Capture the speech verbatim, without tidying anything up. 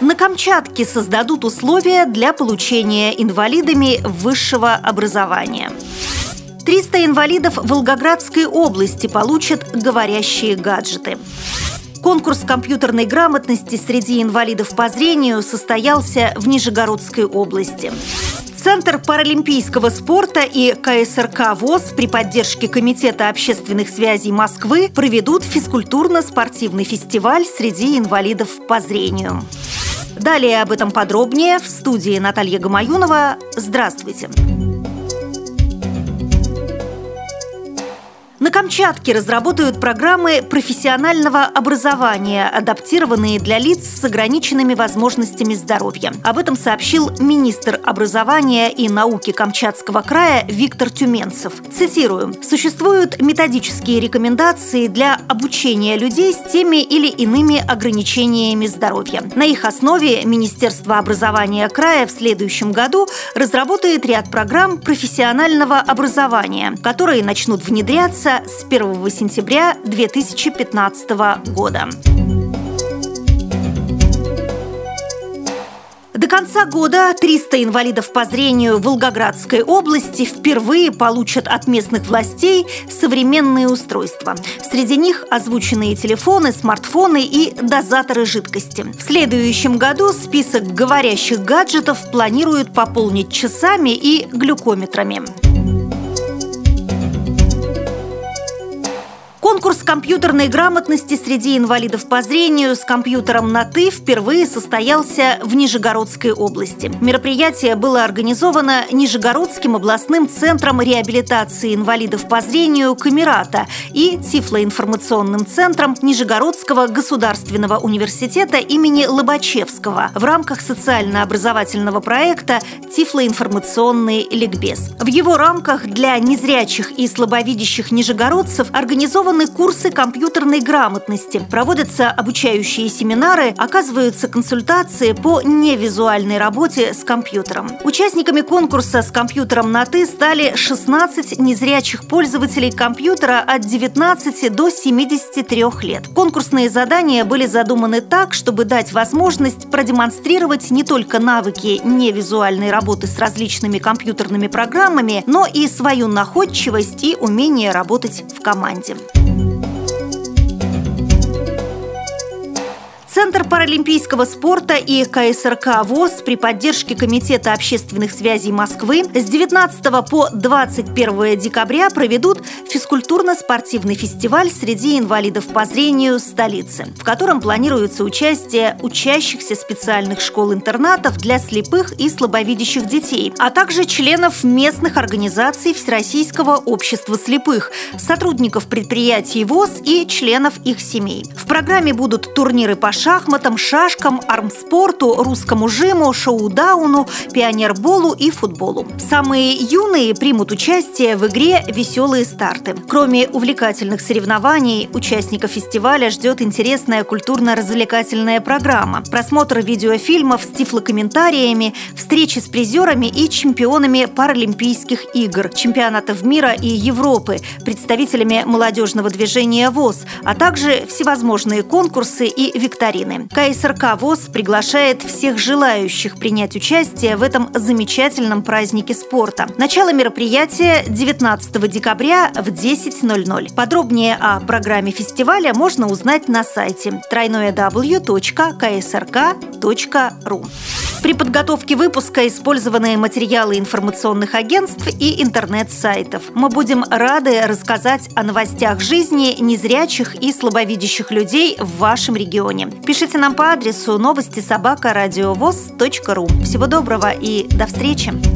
На Камчатке создадут условия для получения инвалидами высшего образования. триста инвалидов Волгоградской области получат говорящие гаджеты. Конкурс компьютерной грамотности среди инвалидов по зрению состоялся в Нижегородской области. Центр паралимпийского спорта и ка эс эр ка ВОС при поддержке Комитета общественных связей Москвы проведут физкультурно-спортивный фестиваль среди инвалидов по зрению. Далее об этом подробнее в студии Наталья Гамаюнова. Здравствуйте! На Камчатке разработают программы профессионального образования, адаптированные для лиц с ограниченными возможностями здоровья. Об этом сообщил министр образования и науки Камчатского края Виктор Тюменцев. Цитирую: «Существуют методические рекомендации для обучения людей с теми или иными ограничениями здоровья. На их основе Министерство образования края в следующем году разработает ряд программ профессионального образования, которые начнут внедряться с первого сентября две тысячи пятнадцатого года. До конца года триста инвалидов по зрению Волгоградской области впервые получат от местных властей современные устройства. Среди них озвученные телефоны, смартфоны и дозаторы жидкости. В следующем году список говорящих гаджетов планируют пополнить часами и глюкометрами. Конкурс компьютерной грамотности среди инвалидов по зрению с компьютером на «ты» впервые состоялся в Нижегородской области. Мероприятие было организовано Нижегородским областным центром реабилитации инвалидов по зрению «Камерата» и Тифлоинформационным центром Нижегородского государственного университета имени Лобачевского в рамках социально-образовательного проекта «Тифлоинформационный ликбез». В его рамках для незрячих и слабовидящих нижегородцев организованы курсы компьютерной грамотности, проводятся обучающие семинары, оказываются консультации по невизуальной работе с компьютером. Участниками конкурса с компьютером на «ты» стали шестнадцать незрячих пользователей компьютера от девятнадцати до семидесяти трёх лет. Конкурсные задания были задуманы так, чтобы дать возможность продемонстрировать не только навыки невизуальной работы с различными компьютерными программами, но и свою находчивость и умение работать в команде. Центр паралимпийского спорта и ка эс эр ка ВОС при поддержке Комитета общественных связей Москвы с девятнадцатого по двадцать первое декабря проведут физкультурно-спортивный фестиваль среди инвалидов по зрению столицы, в котором планируется участие учащихся специальных школ-интернатов для слепых и слабовидящих детей, а также членов местных организаций Всероссийского общества слепых, сотрудников предприятий ВОС и членов их семей. В программе будут турниры по шахматам, шашкам, армспорту, русскому жиму, шоу-дауну, пионерболу и футболу. Самые юные примут участие в игре «Веселые старты». Кроме увлекательных соревнований, участников фестиваля ждет интересная культурно-развлекательная программа, просмотр видеофильмов с тифлокомментариями, встречи с призерами и чемпионами Паралимпийских игр, чемпионатов мира и Европы, представителями молодежного движения ВОС, а также всевозможные конкурсы и викторины. ка эс эр ка ВОС приглашает всех желающих принять участие в этом замечательном празднике спорта. Начало мероприятия девятнадцатого декабря в десять ноль ноль. Подробнее о программе фестиваля можно узнать на сайте дабл ю дабл ю дабл ю точка ка эс эр ка точка ру. При подготовке выпуска использованы материалы информационных агентств и интернет-сайтов. Мы будем рады рассказать о новостях жизни незрячих и слабовидящих людей в вашем регионе. Пишите нам по адресу новости собака радиовоз точка ру. Всего доброго и до встречи!